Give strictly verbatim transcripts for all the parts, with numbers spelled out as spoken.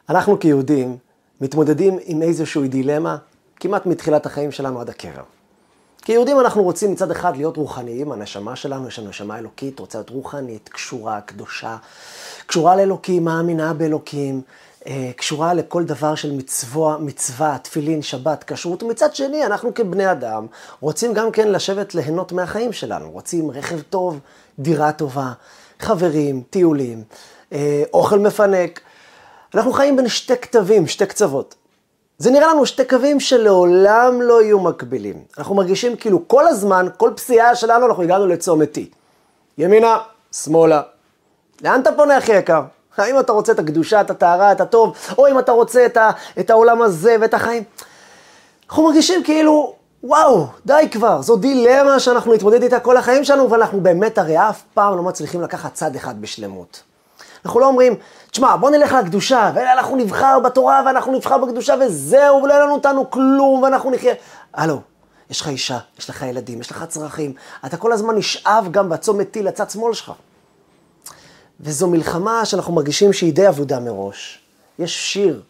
אנחנו כיהודים מתמודדים עם איזושהי דילמה כמעט מתחילת החיים שלנו עד הקבר. כיהודים אנחנו רוצים מצד אחד להיות רוחניים, הנשמה שלנו, יש לנו נשמה אלוקית, רוצה להיות רוחנית, קשורה, קדושה, קשורה לאלוקים, מאמינה באלוקים, קשורה לכל דבר של מצווה, מצווה, תפילין, שבת, כשרות, ומצד שני אנחנו כבני אדם רוצים גם כן לשבת ליהנות מהחיים שלנו, רוצים רכב טוב, דירה טובה, חברים, טיולים, אוכל מפנק. אנחנו חיים בין שתי כתבים, שתי קצוות. זה נראה לנו שתי קווים שלעולם לא יהיו מקבילים. אנחנו מרגישים כאילו כל הזמן, כל פסיעה שלנו אנחנו הגענו לצומת T. ימינה, שמאלה. לאן אתה פונה הכי יקר? האם אתה רוצה את הקדושה, את הטהרה, את הטוב, או אם אתה רוצה את, ה, את העולם הזה ואת החיים. אנחנו מרגישים כאילו, וואו, די כבר, זו דילמה שאנחנו נתמודד איתה כל החיים שלנו, ואנחנו באמת הרי אף פעם לא מצליחים לקחת צד אחד בשלמות. אנחנו לא אומרים, תשמע, בוא נלך לקדושה, ואנחנו נבחר בתורה, ואנחנו נבחר בקדושה, וזהו, ולא יהיה לנו אותנו כלום, ואנחנו נחיה. הלו, יש לך אישה, יש לך ילדים, יש לך צרכים, אתה כל הזמן נשאב גם בצומת T לצד שמאל שלך. וזו מלחמה שאנחנו מרגישים שהיא די עבודה מראש. יש שיר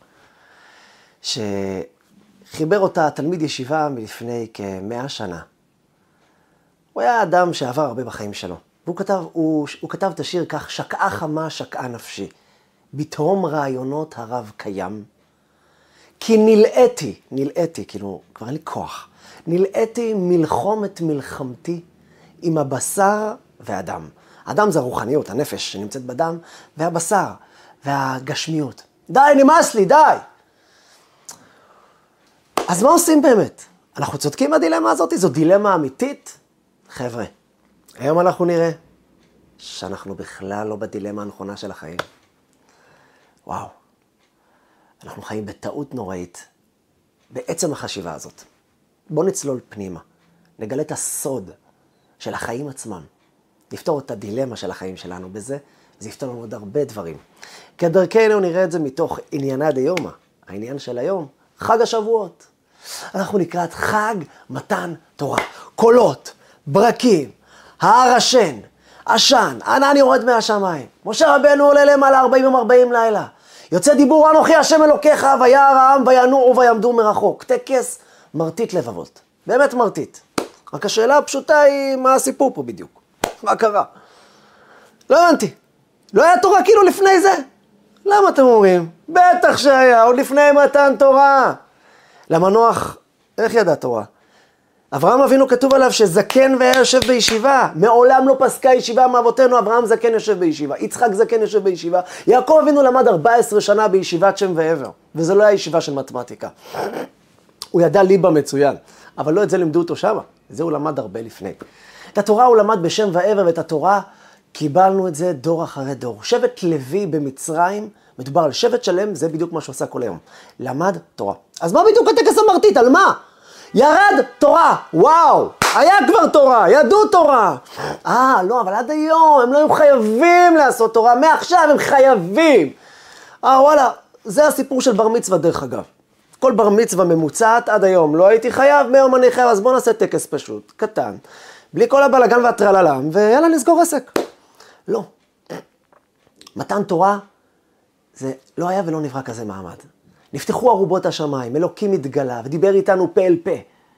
שחיבר אותה תלמיד ישיבה מלפני כמאה שנה. הוא היה אדם שעבר הרבה בחיים שלו. והוא כתב, הוא, הוא כתב את השיר כך, שקעה חמה, שקעה נפשי. בתהום רעיונות הרב קיים. כי נלאיתי, נלאיתי, כאילו, כבר אין לי כוח. נלאיתי מלחומת מלחמתי עם הבשר והדם. הדם זה הרוחניות, הנפש שנמצאת בדם, והבשר, והגשמיות. די, נמאס לי, די. אז מה עושים באמת? אנחנו צודקים בדילמה הזאת? זו דילמה אמיתית? חבר'ה, היום אנחנו נראה שאנחנו בכלל לא בדילמה הנכונה של החיים. וואו, אנחנו חיים בטעות נוראית, בעצם החשיבה הזאת. בואו נצלול פנימה, נגלה את הסוד של החיים עצמם. נפתור את הדילמה של החיים שלנו בזה, וזה יפתור לנו עוד הרבה דברים. כדרכנו נראה את זה מתוך ענייני דיומא, העניין של היום, חג השבועות. אנחנו לקראת חג מתן תורה. קולות, ברקים, הר השן, עשן, ענן יורד מהשמיים. משה רבנו עולה למעלה ארבעים יום ארבעים לילה. יוצא דיבור אנוכי השם אלוקיך, וירא העם וינועו ויעמדו מרחוק. טקס מרטיט לבבות. באמת מרטיט. רק השאלה הפשוטה היא מה הסיפור פה בדיוק. מה קרה? לא הבנתי. לא היה תורה כאילו לפני זה? למה אתם אומרים? בטח שהיה, עוד לפני מתן תורה. למנוח, איך ידע תורה? אברהם אבינו כתוב עליו שזקן והיה יושב בישיבה. מעולם לא פסקה ישיבה מאבותינו, אברהם זקן יושב בישיבה. יצחק זקן יושב בישיבה. יעקב אבינו למד ארבע עשרה שנה בישיבת שם ועבר. וזה לא היה ישיבה של מתמטיקה. הוא ידע ליבה מצוין. אבל לא את זה לימדו אותו שמה. זה הוא למד הרבה לפני. את התורה הוא למד בשם ועבר, ואת התורה קיבלנו את זה דור אחרי דור. שבט לוי במצרים, מדובר על שבט שלם, זה בדיוק מה שעושה כל היום. למד תורה. אז מה בדיוק הטקס המרטיט? על מה? ירד תורה, וואו, היה כבר תורה, ידעו תורה. אה, לא, אבל עד היום הם לא היו חייבים לעשות תורה, מעכשיו הם חייבים. אה, וואלה, זה הסיפור של בר מצווה דרך אגב. כל בר מצווה ממוצעת עד היום, לא הייתי חייב, מהיום אני חייב, אז בוא נעשה טקס פשוט, קטן. בלי כל הבלגן והטרללם, ויאללה נסגור עסק. לא. מתן תורה, זה לא היה ולא נברא כזה מעמד. נפתחו ארובות השמיים, אלוקים התגלה, ודיבר איתנו פה אל פה.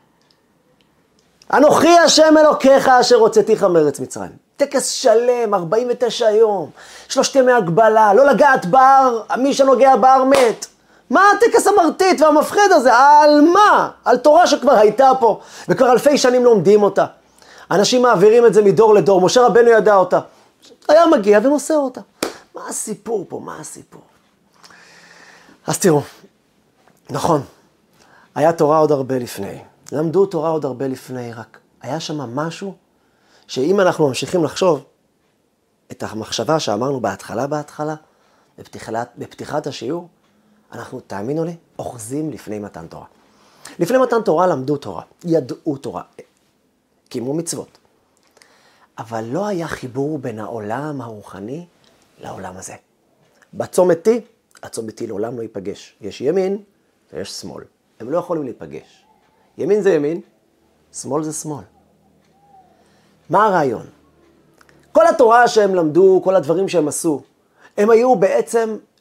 אנוכי השם אלוקיך אשר הוצאתיך מארץ מצרים. טקס שלם, ארבעים ותשעה יום, שלושת ימי הגבלה, לא לגעת בהר, מי שנוגע בהר מת. מה הטקס המרטיט והמפחיד הזה? על מה? על תורה שכבר הייתה פה, וכבר אלפי שנים לומדים אותה. אנשים מעבירים את זה מדור לדור, משה רבנו ידע אותה. היה מגיע ומוסר אותה. מה הסיפור פה? מה הסיפור? אז תראו, נכון, היה תורה עוד הרבה לפני. למדו תורה עוד הרבה לפני, רק היה שם משהו שאם אנחנו ממשיכים לחשוב את המחשבה שאמרנו בהתחלה, בהתחלה, בפתיחת, בפתיחת השיעור, אנחנו, תאמינו לי, אוחזים לפני מתן תורה. לפני מתן תורה למדו תורה, ידעו תורה, קיימו מצוות. אבל לא היה חיבור בין העולם הרוחני לעולם הזה. בצומת T, הצומת T לעולם לא ייפגש. יש ימין ויש שמאל. הם לא יכולים להיפגש. ימין זה ימין, שמאל זה שמאל. מה הרעיון? כל התורה שהם למדו, כל הדברים שהם עשו, הם היו בעצם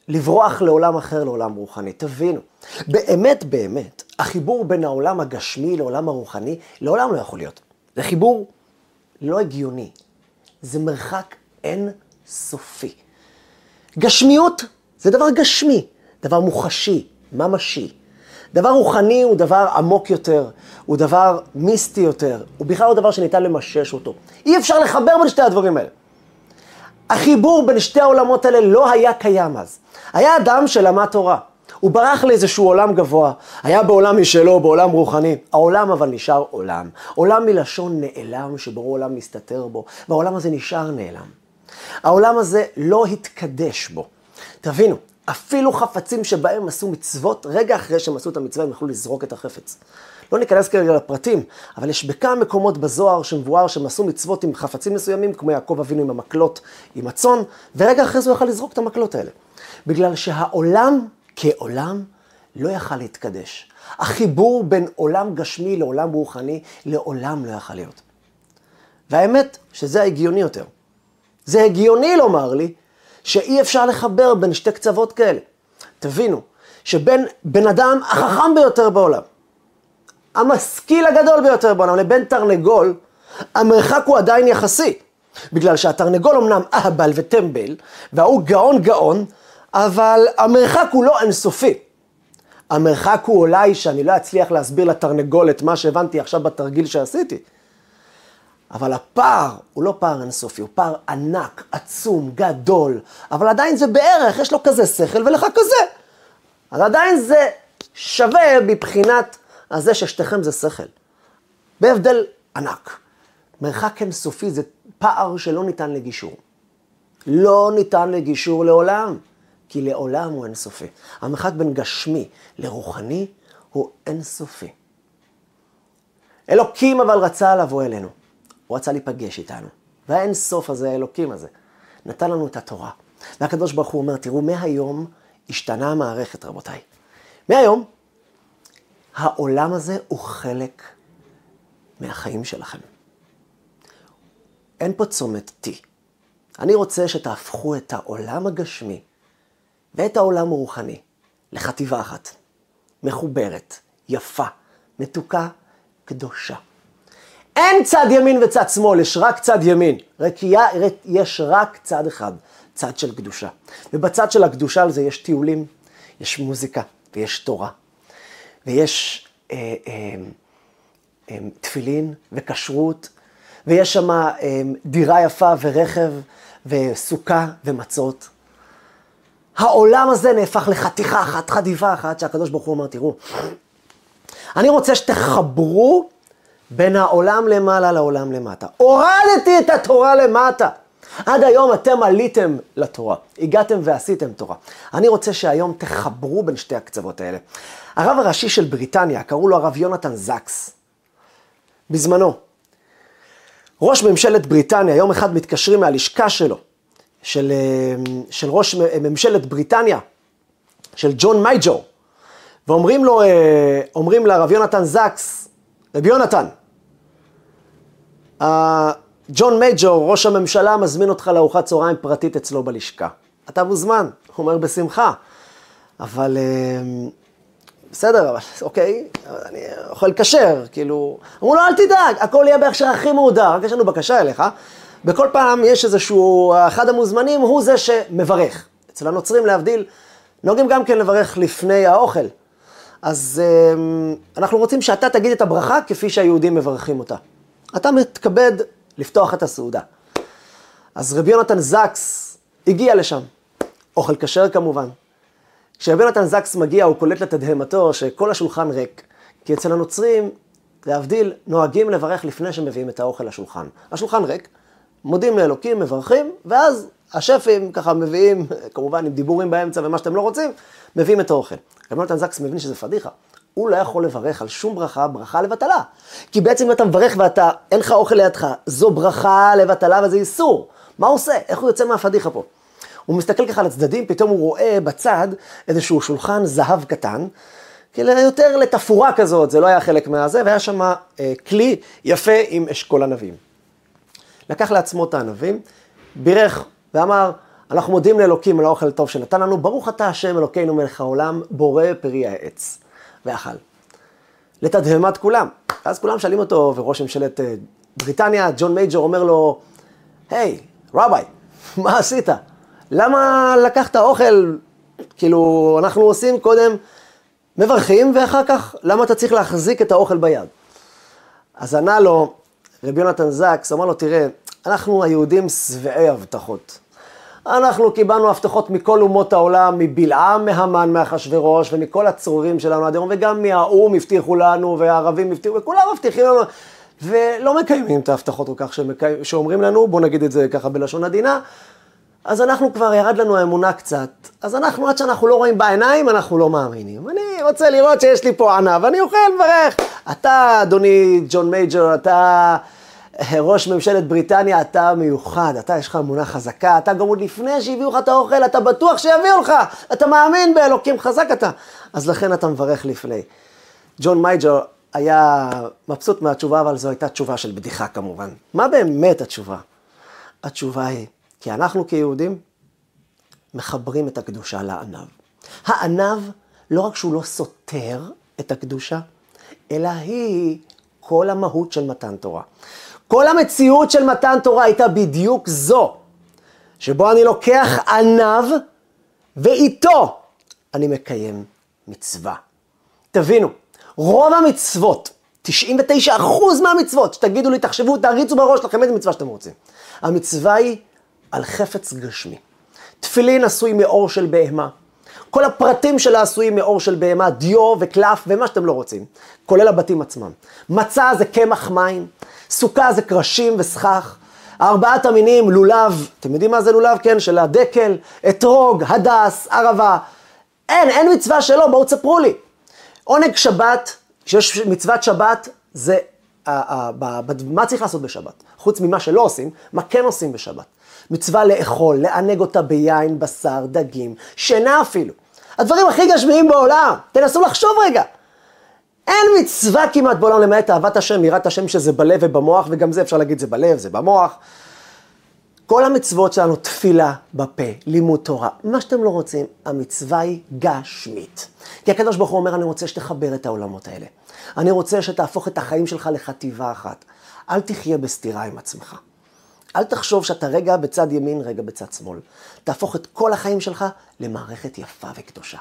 לברוח לעולם אחר, לעולם רוחני. תבינו, באמת באמת, החיבור בין העולם הגשמי לעולם הרוחני, לעולם לא יכול להיות. זה חיבור לא הגיוני. זה מרחק אין סופי. גשמיות זה דבר גשמי, דבר מוחשי, ממשי. דבר רוחני הוא דבר עמוק יותר, הוא דבר מיסטי יותר, הוא בכלל לא דבר שניתן למשש אותו. אי אפשר לחבר בין שתי הדברים האלה. החיבור בין שתי העולמות האלה לא היה קיים אז. היה אדם שלמד תורה, הוא ברח לאיזשהו עולם גבוה, היה בעולם משלו, בעולם רוחני. העולם אבל נשאר עולם. עולם מלשון נעלם, שבו עולם מסתתר בו, והעולם הזה נשאר נעלם. העולם הזה לא התקדש בו. תבינו, אפילו חפצים שבהם עשו מצוות, רגע אחרי שהם עשו את המצווה, הם יכלו לזרוק את החפץ. לא ניכנס כרגע לפרטים, אבל יש בכמה מקומות בזוהר שמבואר שהם עשו מצוות עם חפצים מסוימים, כמו יעקב אבינו עם המקלות, עם הצאן, ורגע אחרי זה הוא יכל לזרוק את המקלות האלה. בגלל שהעולם כעולם לא יכל להתקדש. החיבור בין עולם גשמי לעולם רוחני לעולם לא יכל להיות. והאמת שזה הגיוני יותר. זה הגיוני לומר לי שאי אפשר לחבר בין שתי קצוות כאלה. תבינו שבין בן אדם החכם ביותר בעולם, המשכיל הגדול ביותר בעולם, לבין תרנגול, המרחק הוא עדיין יחסי. בגלל שהתרנגול אמנם אהבל וטמבל, והוא גאון גאון, אבל המרחק הוא לא אינסופי. המרחק הוא אולי שאני לא אצליח להסביר לתרנגול את מה שהבנתי עכשיו בתרגיל שעשיתי. אבל הפער הוא לא פער אינסופי, הוא פער ענק, עצום, גדול, אבל עדיין זה בערך, יש לו כזה שכל ולך כזה. אז עדיין זה שווה מבחינת הזה ששתיכם זה שכל. בהבדל ענק. מרחק אינסופי זה פער שלא ניתן לגישור. לא ניתן לגישור לעולם, כי לעולם הוא אינסופי. המרחק בין גשמי לרוחני הוא אינסופי. אלוקים אבל רצה לבוא אלינו. הוא רצה להיפגש איתנו. והאינסוף הזה, האלוקים הזה, נתן לנו את התורה. והקדוש ברוך הוא אומר, תראו, מהיום השתנה המערכת, רבותיי. מהיום, העולם הזה הוא חלק מהחיים שלכם. אין פה צומת T. אני רוצה שתהפכו את העולם הגשמי ואת העולם הרוחני לחטיבה אחת. מחוברת, יפה, מתוקה, קדושה. אין צד ימין וצד שמאל, יש רק צד ימין. רקייה, יש רק צד אחד, צד של קדושה. ובצד של הקדושה על זה יש טיולים, יש מוזיקה ויש תורה. ויש אה, אה, אה, תפילין וכשרות, ויש שם אה, דירה יפה ורכב וסוכה ומצות. העולם הזה נהפך לחתיכה אחת, חדיבה אחת, שהקדוש ברוך הוא אומר, תראו, אני רוצה שתחברו בין העולם למעלה לעולם למטה. הורדתי את התורה למטה. עד היום אתם עליתם לתורה, הגעתם ועשיתם תורה. אני רוצה שהיום תחברו בין שתי הקצוות האלה. הרב הראשי של בריטניה, קראו לו הרב יונתן זקס. בזמנו, ראש ממשלת בריטניה, יום אחד מתקשרים מהלשכה שלו, של, של ראש ממשלת בריטניה, של ג'ון מייג'ור, ואומרים לו, אומרים לרב יונתן זקס, רב יונתן, ג'ון מייג'ור, ראש הממשלה, מזמין אותך לארוחת צהריים פרטית אצלו בלשכה. אתה מוזמן, הוא אומר בשמחה, אבל בסדר, אבל אוקיי, אני אוכל כשר, כאילו, אמרו לו, אל תדאג, הכל יהיה בהכשר הכי מהודר, רק יש לנו בקשה אליך, בכל פעם יש איזשהו, אחד המוזמנים הוא זה שמברך. אצל הנוצרים להבדיל, נוהגים גם כן לברך לפני האוכל. אז אנחנו רוצים שאתה תגיד את הברכה כפי שהיהודים מברכים אותה. אתה מתכבד לפתוח את הסעודה. אז רבי יונתן זקס הגיע לשם, אוכל כשר כמובן. כשרבי יונתן זקס מגיע, הוא קולט לתדהמתו שכל השולחן ריק. כי אצל הנוצרים, להבדיל, נוהגים לברך לפני שמביאים את האוכל לשולחן. השולחן ריק, מודים לאלוקים, מברכים, ואז השפים ככה מביאים, כמובן עם דיבורים באמצע ומה שאתם לא רוצים, מביאים את האוכל. רבי יונתן זקס מבין שזה פדיחה. הוא לא יכול לברך על שום ברכה, ברכה לבטלה. כי בעצם אם אתה מברך ואתה, אין לך אוכל לידך, זו ברכה לבטלה וזה איסור. מה הוא עושה? איך הוא יוצא מהפדיחה פה? הוא מסתכל ככה על הצדדים, פתאום הוא רואה בצד איזשהו שולחן זהב קטן, כאילו יותר לתפורה כזאת, זה לא היה חלק מהזה, והיה שם אה, כלי יפה עם אשכול ענבים. לקח לעצמו את הענבים, בירך ואמר, אנחנו מודים לאלוקים על האוכל הטוב שנתן לנו, ברוך אתה השם אלוקינו מלך העולם, בורא פרי העץ. ואכל. לתדהמת כולם. אז כולם שואלים אותו, וראש ממשלת בריטניה, ג'ון מייג'ור, אומר לו, היי, רבי, מה עשית? למה לקחת אוכל? כאילו, אנחנו עושים קודם, מברכים, ואחר כך, למה אתה צריך להחזיק את האוכל ביד? אז ענה לו, רבי יונתן זקס, אמר לו, תראה, אנחנו היהודים שבעי הבטחות. אנחנו קיבלנו הבטחות מכל אומות העולם, מבלעם, מהמן, מאחשוורוש, ומכל הצרורים שלנו עד היום, וגם מהאום הבטיחו לנו, והערבים הבטיחו, וכולם מבטיחים לנו, ולא מקיימים את ההבטחות כל כך שמקי... שאומרים לנו, בוא נגיד את זה ככה בלשון עדינה, אז אנחנו כבר ירד לנו האמונה קצת, אז אנחנו עד שאנחנו לא רואים בעיניים, אנחנו לא מאמינים. אני רוצה לראות שיש לי פה ענב, ואני אוכל לברך. אתה, אדוני ג'ון מייג'ור, אתה ראש ממשלת בריטניה, אתה מיוחד, אתה יש לך אמונה חזקה, אתה גם עוד לפני שהביאו לך את האוכל, אתה בטוח שיביאו לך, אתה מאמין באלוקים חזק אתה, אז לכן אתה מברך לפני. ג'ון מייג'ור היה מבסוט מהתשובה, אבל זו הייתה תשובה של בדיחה כמובן. מה באמת התשובה? התשובה היא, כי אנחנו כיהודים מחברים את הקדושה לענב. הענב לא רק שהוא לא סותר את הקדושה, אלא היא כל המהות של מתן תורה. כל המציאות של מתן תורה הייתה בדיוק זו, שבו אני לוקח ענב ואיתו אני מקיים מצווה. תבינו, רוב המצוות, תשעים ותשעה אחוז מהמצוות, שתגידו לי, תחשבו, תריצו בראש לכם איזה מצווה שאתם רוצים. המצווה היא על חפץ גשמי. תפילין עשוי מאור של בהמה. כל הפרטים שלה עשויים מאור של בהמה, דיו וקלף ומה שאתם לא רוצים, כולל הבתים עצמם. מצה זה קמח מים, סוכה זה קרשים וסכך, ארבעת המינים, לולב, אתם יודעים מה זה לולב? כן, של הדקל, אתרוג, הדס, ערבה. אין, אין מצווה שלו, בואו תספרו לי. עונג שבת, שיש מצוות שבת, זה, מה צריך לעשות בשבת? חוץ ממה שלא עושים, מה כן עושים בשבת? מצווה לאכול, לענג אותה ביין, בשר, דגים, שינה אפילו. הדברים הכי גשמיים בעולם, תנסו לחשוב רגע. אין מצווה כמעט בעולם למעט אהבת השם, יראת השם שזה בלב ובמוח, וגם זה אפשר להגיד זה בלב, זה במוח. כל המצוות שלנו, תפילה בפה, לימוד תורה, מה שאתם לא רוצים, המצווה היא גשמית. כי הקדוש ברוך הוא אומר, אני רוצה שתחבר את העולמות האלה. אני רוצה שתהפוך את החיים שלך לחטיבה אחת. אל תחיה בסתירה עם עצמך. אל תחשוב שאתה רגע בצד ימין, רגע בצד שמאל. תהפוך את כל החיים שלך למערכת יפה וקדושה.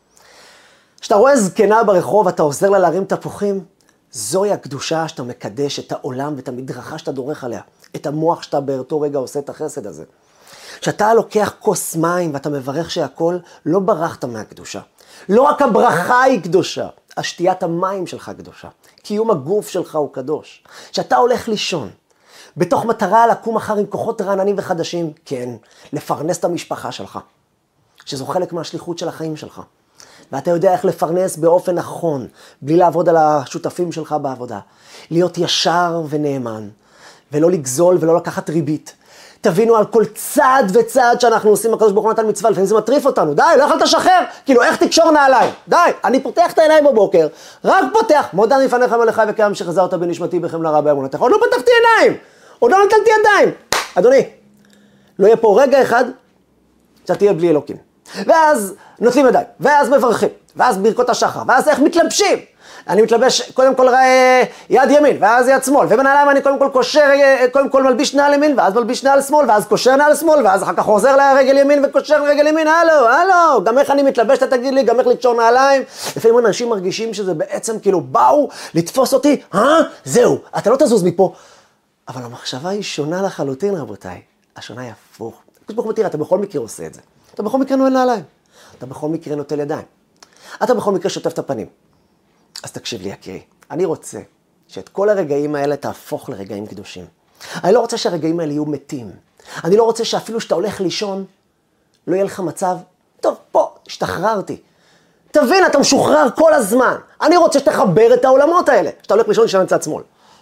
כשאתה רואה זקנה ברחוב, אתה עוזר לה להרים תפוחים, זוהי הקדושה שאתה מקדש את העולם ואת המדרכה שאתה דורך עליה. את המוח שאתה באותו רגע עושה את החסד הזה. כשאתה לוקח כוס מים ואתה מברך שהכל, לא ברחת מהקדושה. לא רק הברכה היא קדושה, השתיית המים שלך קדושה. קיום הגוף שלך הוא קדוש. כשאתה הולך לישון, בתוך מטרה לקום אחר עם כוחות רעננים וחדשים, כן, לפרנס את המשפחה שלך, שזו חלק מהשליחות של החיים שלך. ואתה יודע איך לפרנס באופן נכון, בלי לעבוד על השותפים שלך בעבודה. להיות ישר ונאמן, ולא לגזול ולא לקחת ריבית. תבינו על כל צעד וצעד שאנחנו עושים, הקדוש ברוך הוא נתן מצווה, לפעמים זה מטריף אותנו. די, לא יכולת לשחרר, כאילו איך תקשור נעליים? די, אני פותח את העיניים בבוקר, רק פותח, מודה לפניך מלך וקיים שחזרת בנשמתי בחמלה רבה באמונתך. עוד לא פתחתי עיניים, עוד לא נטלתי ידיים. אדוני, לא יהיה פה רגע אחד שאתה תהיה בלי אלוקים. ואז נוטלים ידיים, ואז מברכים, ואז ברכות השחר, ואז איך מתלבשים. אני מתלבש קודם כל יד ימין, ואז יד שמאל, ובנעליים אני קודם כל קושר, קודם כל מלביש נעל ימין, ואז מלביש נעל שמאל, ואז קושר נעל שמאל, ואז אחר כך חוזר לרגל ימין וקושר לרגל ימין. הלו, הלו, גם איך אני מתלבש, אתה תגיד לי, גם איך לקשור נעליים. לפעמים אנשים מרגישים שזה בעצם כאילו באו לתפוס אותי, אה? זהו, אתה לא תזוז מפה. אבל המחשבה היא שונה לחלוטין, רבותיי. השונה היא הפוך. תראה, אתה בכל מקרה עושה את זה. אתה בכל מקרה נועל נעליים. אתה בכל מקרה נוטל ידיים. אתה בכל מקרה שוטף את הפנים. אז תקשיב לי, יקירי. אני רוצה שאת כל הרגעים האלה תהפוך לרגעים קדושים. אני לא רוצה שהרגעים האלה יהיו מתים. אני לא רוצה שאפילו שאתה הולך לישון, לא יהיה לך מצב, טוב, פה, השתחררתי. תבין, אתה משוחרר כל הזמן. אני רוצה שתחבר את העולמות האלה. שאתה הולך לישון, ישן לצד שמאל.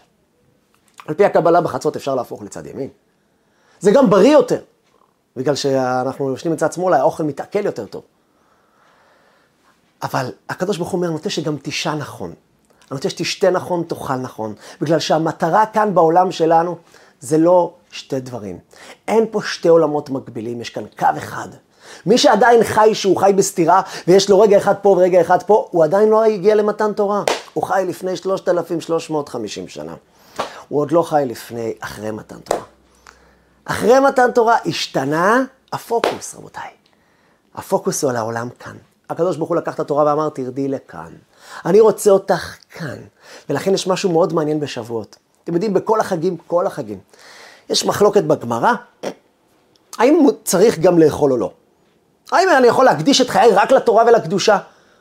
על פי הקבלה בחצות אפשר להפוך לצד ימין. זה גם בריא יותר. בגלל שאנחנו יושנים מצד שמאל, האוכל מתעכל יותר טוב. אבל הקדוש ברוך הוא אומר, אני רוצה שגם תישן נכון. אני רוצה שתשתה נכון, תאכל נכון. בגלל שהמטרה כאן בעולם שלנו, זה לא שתי דברים. אין פה שתי עולמות מקבילים, יש כאן קו אחד. מי שעדיין חי שהוא חי בסתירה, ויש לו רגע אחד פה ורגע אחד פה, הוא עדיין לא הגיע למתן תורה. הוא חי לפני שלושת אלפים שלוש מאות וחמישים שנה. הוא עוד לא חי לפני, אחרי מתן תורה. אחרי מתן תורה השתנה הפוקוס, רבותיי. הפוקוס הוא על העולם כאן. הקדוש ברוך הוא לקח את התורה ואמר, תרדי לכאן. אני רוצה אותך כאן. ולכן יש משהו מאוד מעניין בשבועות. אתם יודעים, בכל החגים, כל החגים, יש מחלוקת בגמרא, האם הוא צריך גם לאכול או לא? האם אני יכול להקדיש את חיי רק לתורה ולקדושה?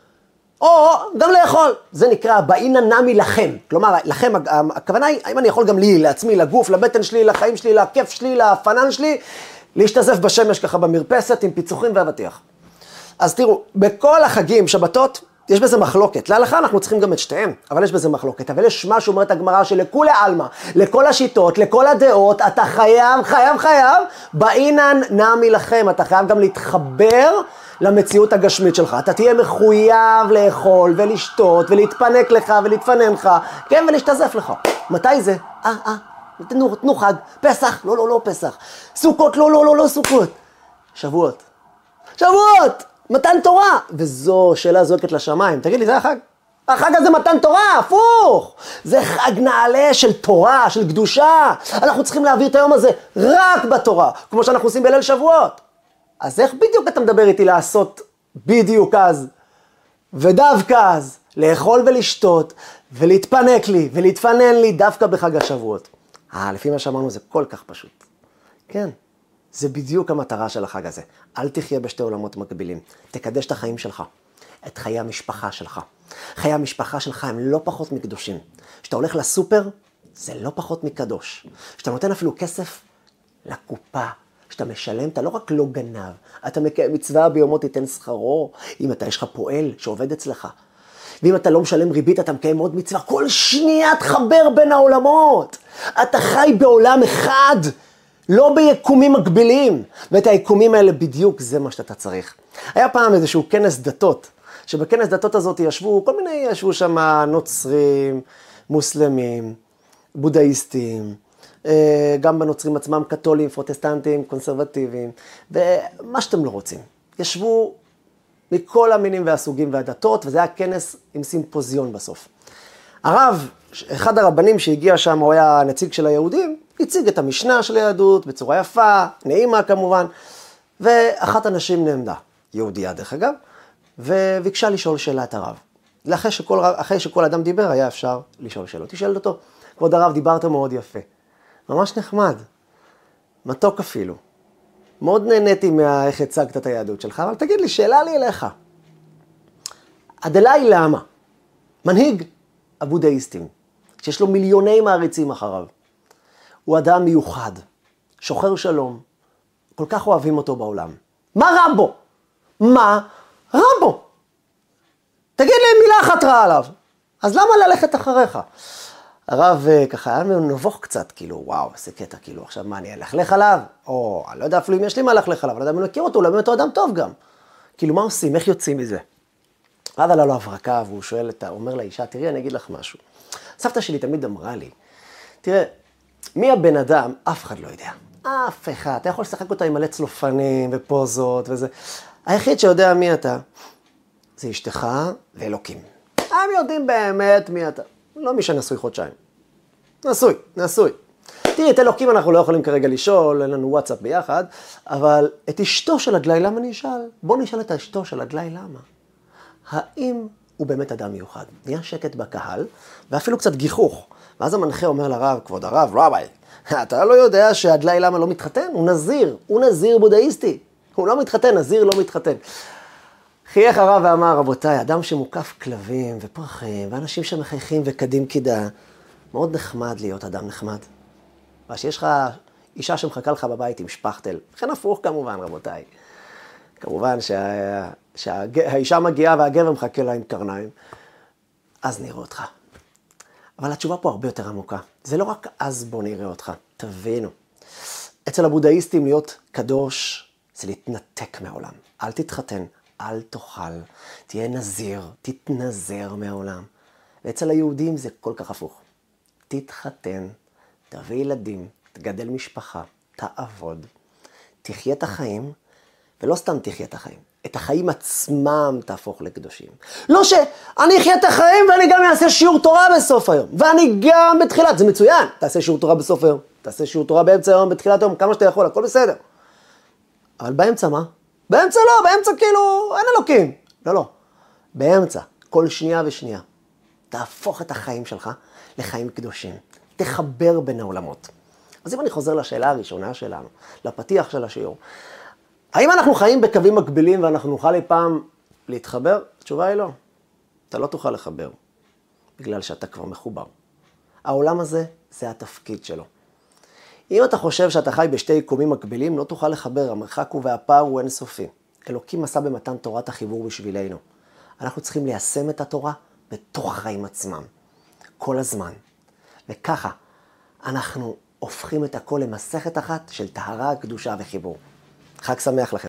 או גם לאכול. זה נקרא, באינה נמי לכם. כלומר, לכם, הכוונה היא, האם אני יכול גם לי, לעצמי, לגוף, לבטן שלי, לחיים שלי, לכיף שלי, לפנן שלי, להשתזף בשמש ככה במרפסת עם פיצוחים ואבטיח. אז תראו, בכל החגים, שבתות, יש בזה מחלוקת. להלכה אנחנו צריכים גם את שתיהם, אבל יש בזה מחלוקת. אבל יש משהו, אומרת הגמרא, שלכולי עלמא, לכל השיטות, לכל הדעות, אתה חייב, חייב, חייב, באינן נמי לכם. אתה חייב גם להתחבר למציאות הגשמית שלך. אתה תהיה מחויב לאכול ולשתות ולהתפנק לך ולהתפנן לך, כן, ולהשתזף לך. מתי זה? אה, אה, תנו, תנו חג. פסח? לא, לא, לא פסח. סוכות? לא, לא, לא, לא סוכות. שבועות. שבועות! מתן תורה! וזו שאלה זועקת לשמיים. תגיד לי, זה החג? החג הזה מתן תורה, הפוך! זה חג נעלה של תורה, של קדושה. אנחנו צריכים להעביר את היום הזה רק בתורה, כמו שאנחנו עושים בליל שבועות. אז איך בדיוק אתה מדבר איתי לעשות בדיוק אז, ודווקא אז, לאכול ולשתות, ולהתפנק לי, ולהתפנן לי דווקא בחג השבועות? אה, לפי מה שאמרנו זה כל כך פשוט. כן. זה בדיוק המטרה של החג הזה. אל תחיה בשתי עולמות מקבילים. תקדש את החיים שלך, את חיי המשפחה שלך. חיי המשפחה שלך הם לא פחות מקדושים. כשאתה הולך לסופר, זה לא פחות מקדוש. כשאתה נותן אפילו כסף לקופה, כשאתה משלם, אתה לא רק לא גנב, אתה מקיים מצווה ביומו תיתן שכרו, אם אתה יש לך פועל שעובד אצלך. ואם אתה לא משלם ריבית, אתה מקיים עוד מצווה. כל שנייה תחבר בין העולמות. אתה חי בעולם אחד. לא ביקומים מקבילים, ואת היקומים האלה בדיוק זה מה שאתה צריך. היה פעם איזשהו כנס דתות, שבכנס דתות הזאת ישבו, כל מיני ישבו שם נוצרים, מוסלמים, בודהיסטים, גם בנוצרים עצמם קתולים, פרוטסטנטים, קונסרבטיביים, ומה שאתם לא רוצים. ישבו מכל המינים והסוגים והדתות, וזה היה כנס עם סימפוזיון בסוף. הרב, אחד הרבנים שהגיע שם, הוא היה נציג של היהודים, הציג את המשנה של היהדות בצורה יפה, נעימה כמובן, ואחת הנשים נעמדה, יהודייה דרך אגב, וביקשה לשאול שאלה את הרב. אחרי שכל, אחרי שכל אדם דיבר, היה אפשר לשאול שאלות. היא שאלת אותו, כבוד הרב, דיברת מאוד יפה. ממש נחמד, מתוק אפילו. מאוד נהניתי מאיך הצגת את היהדות שלך, אבל תגיד לי, שאלה לי אליך. הדלאי למה? מנהיג הבודהיסטים, שיש לו מיליוני מעריצים אחריו. הוא אדם מיוחד, שוחר שלום, כל כך אוהבים אותו בעולם. מה רע בו? מה רע בו? תגיד לי מילה אחת רעה עליו. אז למה ללכת אחריך? הרב ככה היה נבוך קצת, כאילו, וואו, איזה קטע, כאילו, עכשיו מה, אני אלכלך עליו? או, אני לא יודע אפילו אם יש לי מה ללכלך עליו, אני לא יודע אם אני מכיר אותו, אולי אותו אדם טוב גם. כאילו, מה עושים? איך יוצאים מזה? ואז עלה לו הברקה, והוא שואל, הוא אומר לאישה, תראי, אני אגיד לך משהו. סבתא שלי תמיד אמרה לי, תראה, מי הבן אדם? אף אחד לא יודע. אף אחד. אתה יכול לשחק אותה עם מלא צלופנים ופוזות וזה. היחיד שיודע מי אתה, זה אשתך ואלוקים. הם יודעים באמת מי אתה. לא מי שנשוי חודשיים. נשוי, נשוי. תראי, את אלוקים אנחנו לא יכולים כרגע לשאול, אין לנו וואטסאפ ביחד, אבל את אשתו של הדלי למה נשאל? בוא נשאל את אשתו של הדלי למה. האם הוא באמת אדם מיוחד? נהיה שקט בקהל, ואפילו קצת גיחוך. ואז המנחה אומר לרב, כבוד הרב, רבי, אתה לא יודע שהדלי למה לא מתחתן? הוא נזיר, הוא נזיר בודהיסטי. הוא לא מתחתן, נזיר לא מתחתן. חייך הרב ואמר, רבותיי, אדם שמוקף כלבים ופרחים, ואנשים שמחייכים וקדים קידה, מאוד נחמד להיות אדם נחמד. ושיש לך אישה שמחכה לך בבית עם שפכטל, וכן הפוך כמובן, רבותיי. כמובן שה... שהאישה מגיעה והגבר מחכה לה עם קרניים, אז נראה אותך. אבל התשובה פה הרבה יותר עמוקה. זה לא רק אז בוא נראה אותך, תבינו. אצל הבודהיסטים להיות קדוש זה להתנתק מהעולם. אל תתחתן, אל תאכל, תהיה נזיר, תתנזר מהעולם. ואצל היהודים זה כל כך הפוך. תתחתן, תביא ילדים, תגדל משפחה, תעבוד, תחיה את החיים, ולא סתם תחיה את החיים, את החיים עצמם תהפוך לקדושים. לא שאני אחיה את החיים ואני גם אעשה שיעור תורה בסוף היום, ואני גם בתחילת, זה מצוין, תעשה שיעור תורה בסוף היום, תעשה שיעור תורה באמצע היום, בתחילת היום, כמה שאתה יכול, הכל בסדר. אבל באמצע מה? באמצע לא, באמצע כאילו, אין אלוקים. לא, לא. באמצע, כל שנייה ושנייה. תהפוך את החיים שלך לחיים קדושים. תחבר בין העולמות. אז אם אני חוזר לשאלה הראשונה שלנו, לפתיח של השיעור, האם אנחנו חיים בקווים מקבילים ואנחנו נוכל אי פעם להתחבר? התשובה היא לא. אתה לא תוכל לחבר, בגלל שאתה כבר מחובר. העולם הזה, זה התפקיד שלו. אם אתה חושב שאתה חי בשתי יקומים מקבילים, לא תוכל לחבר, המרחק הוא והפער הוא אינסופי. אלוקים עשה במתן תורת החיבור בשבילנו. אנחנו צריכים ליישם את התורה בתוך החיים עצמם, כל הזמן. וככה אנחנו הופכים את הכל למסכת אחת של טהרה, קדושה וחיבור. חג שמח לכם.